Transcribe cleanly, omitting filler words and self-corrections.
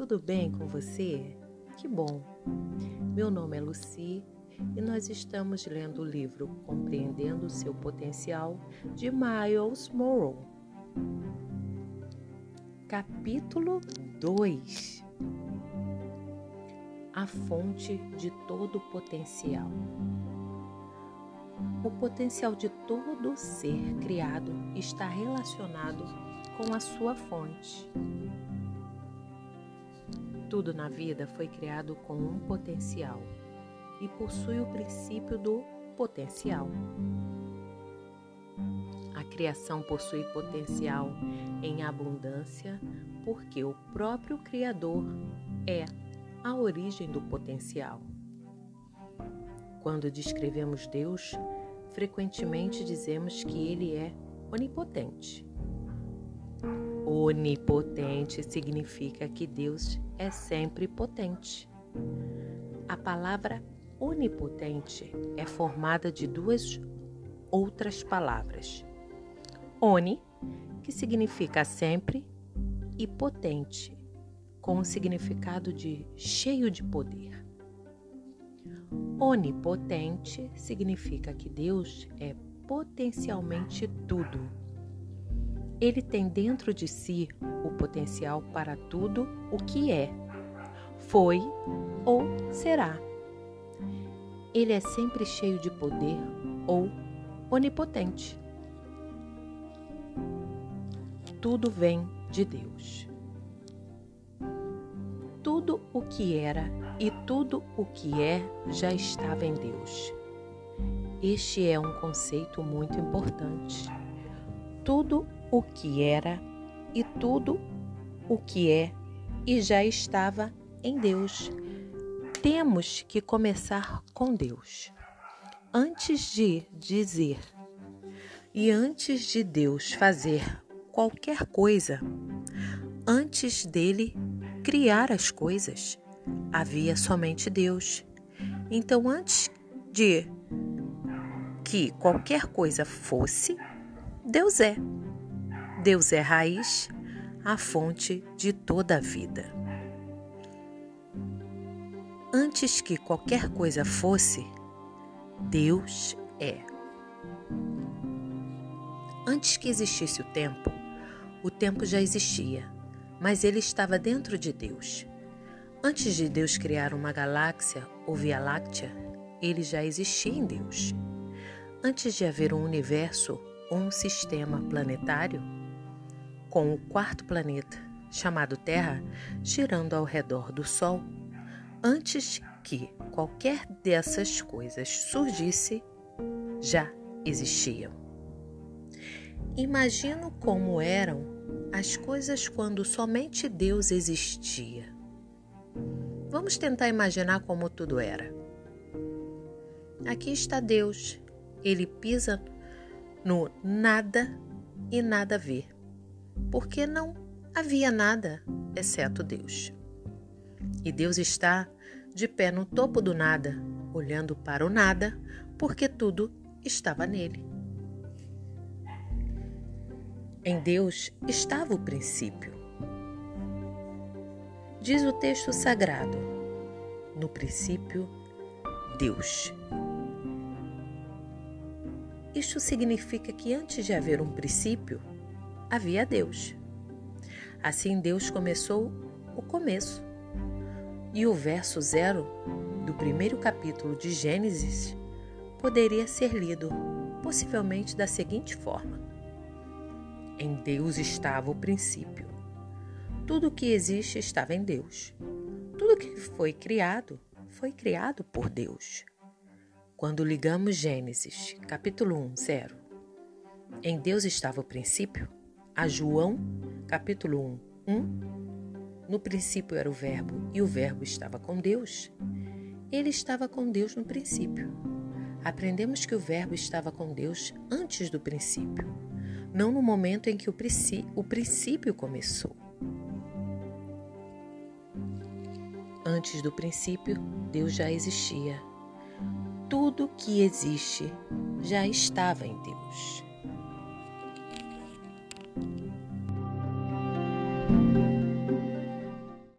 tudo bem com você? Que bom! Meu nome é Lucy e nós estamos lendo o livro Compreendendo o Seu Potencial, de Myles Munroe. Capítulo 2. A fonte de todo potencial. O potencial de todo ser criado está relacionado com a sua fonte. Tudo na vida foi criado com um potencial e possui o princípio do potencial. A criação possui potencial em abundância porque o próprio Criador é a origem do potencial. Quando descrevemos Deus, frequentemente dizemos que Ele é onipotente. Onipotente significa que Deus é sempre potente. A palavra onipotente é formada de duas outras palavras. Oni, que significa sempre, e potente, com o significado de cheio de poder. Onipotente significa que Deus é potencialmente tudo. Ele tem dentro de si o potencial para tudo o que é, foi ou será. Ele é sempre cheio de poder ou onipotente. Tudo vem de Deus. Tudo o que era e tudo o que é já estava em Deus. Este é um conceito muito importante. Tudo o que era e tudo o que é e já estava em Deus. Temos que começar com Deus. Antes de dizer e antes de Deus fazer qualquer coisa, antes dele criar as coisas, havia somente Deus. Então, antes de que qualquer coisa fosse, Deus é. Deus é a raiz, a fonte de toda a vida. Antes que qualquer coisa fosse, Deus é. Antes que existisse o tempo já existia, mas ele estava dentro de Deus. Antes de Deus criar uma galáxia ou Via Láctea, ele já existia em Deus. Antes de haver um universo ou um sistema planetário, com o quarto planeta, chamado Terra, girando ao redor do Sol, antes que qualquer dessas coisas surgisse, já existiam. Imagino como eram as coisas quando somente Deus existia. Vamos tentar imaginar como tudo era. Aqui está Deus. Ele pisa no nada e nada vê, porque não havia nada exceto Deus. E Deus está de pé no topo do nada, olhando para o nada, porque tudo estava nele. Em Deus estava o princípio. Diz o texto sagrado: no princípio, Deus. Isto significa que antes de haver um princípio, havia Deus. Assim, Deus começou o começo. E o verso 0 do primeiro capítulo de Gênesis poderia ser lido, possivelmente da seguinte forma: em Deus estava o princípio. Tudo que existe estava em Deus. Tudo que foi criado por Deus. Quando ligamos Gênesis, capítulo 1, 0, em Deus estava o princípio, a João, capítulo 1, 1, no princípio era o Verbo e o Verbo estava com Deus, ele estava com Deus no princípio. Aprendemos que o Verbo estava com Deus antes do princípio, não no momento em que o princípio começou. Antes do princípio, Deus já existia. Tudo que existe já estava em Deus.